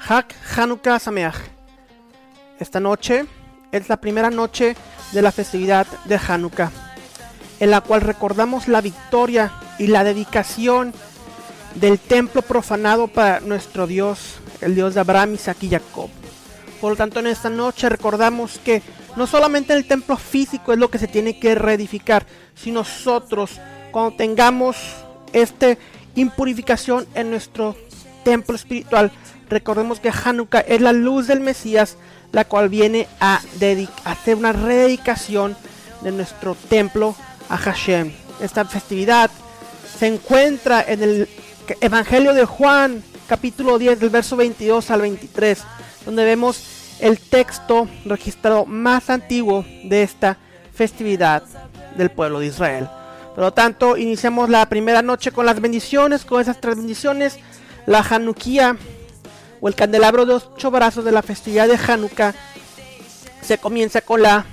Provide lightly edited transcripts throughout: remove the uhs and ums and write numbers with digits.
Hag Hanukkah Sameach. Esta noche es la primera noche de la festividad de Hanukkah, en la cual recordamos la victoria y la dedicación del templo profanado para nuestro Dios, el Dios de Abraham, Isaac y Jacob. Por lo tanto, en esta noche recordamos que no solamente el templo físico es lo que se tiene que reedificar, sino nosotros, cuando tengamos impurificación en nuestro templo espiritual, recordemos que Hanukkah es la luz del Mesías, la cual viene a hacer una rededicación de nuestro templo a Hashem. Esta festividad se encuentra en el Evangelio de Juan, capítulo 10, del verso 22 al 23, donde vemos el texto registrado más antiguo de esta festividad del pueblo de Israel. Por lo tanto, iniciamos la primera noche con las bendiciones, con esas 3 bendiciones. La Hanukkah, o el candelabro de 8 brazos de la festividad de Hanukkah, se comienza con la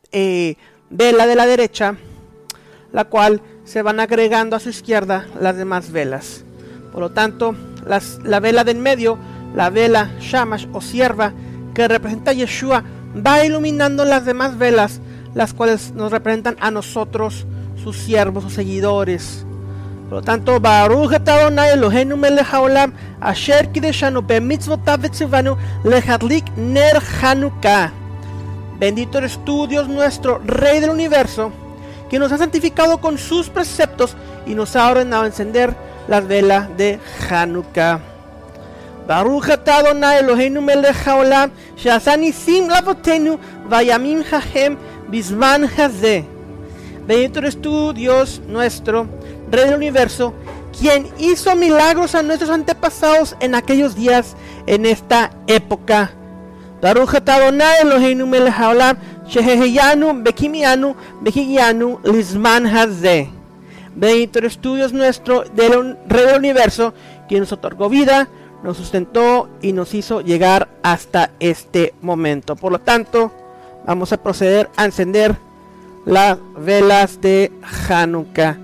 vela de la derecha, la cual se van agregando a su izquierda las demás velas. Por lo tanto, la vela de en medio, la vela Shamash o sierva, que representa a Yeshua, va iluminando las demás velas, las cuales nos representan a nosotros, sus siervos, sus seguidores. Por lo tanto, Baruch atah Adonai Eloheinu melech haolam, asher kideshanu bemitzvotav vetzivanu lehadlik ner Hanukkah. Bendito eres tú, Dios nuestro, Rey del universo, que nos ha santificado con sus preceptos y nos ha ordenado encender las velas de Hanukkah. Baruch atah Adonai Eloheinu melech haolam, she'asa nisim lavotenu vayamim hahem bizman hazeh. Bendito eres tú, Dios nuestro, Rey del universo, quien hizo milagros a nuestros antepasados en aquellos días, en esta época. Baruch atah Adonai Eloheinu melech haolam, sheheheyanu bekimianu behigianu lizman hazeh. Bendito eres tú, Dios nuestro, Rey del universo, quien nos otorgó vida, nos sustentó y nos hizo llegar hasta este momento. Por lo tanto, vamos a proceder a encender las velas de Hanukkah.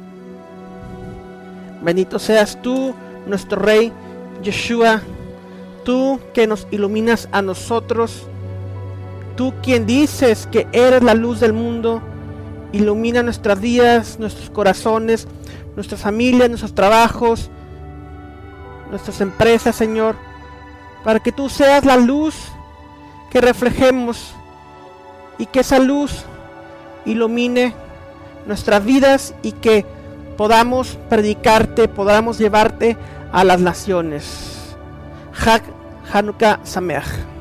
Bendito seas tú, nuestro Rey Yeshua, tú que nos iluminas a nosotros, tú quien dices que eres la luz del mundo. Ilumina nuestras vidas, nuestros corazones, nuestras familias, nuestros trabajos, nuestras empresas, Señor, para que tú seas la luz que reflejemos y que esa luz ilumine nuestras vidas y que podamos predicarte, podamos llevarte a las naciones. Hag Hanukkah Sameach.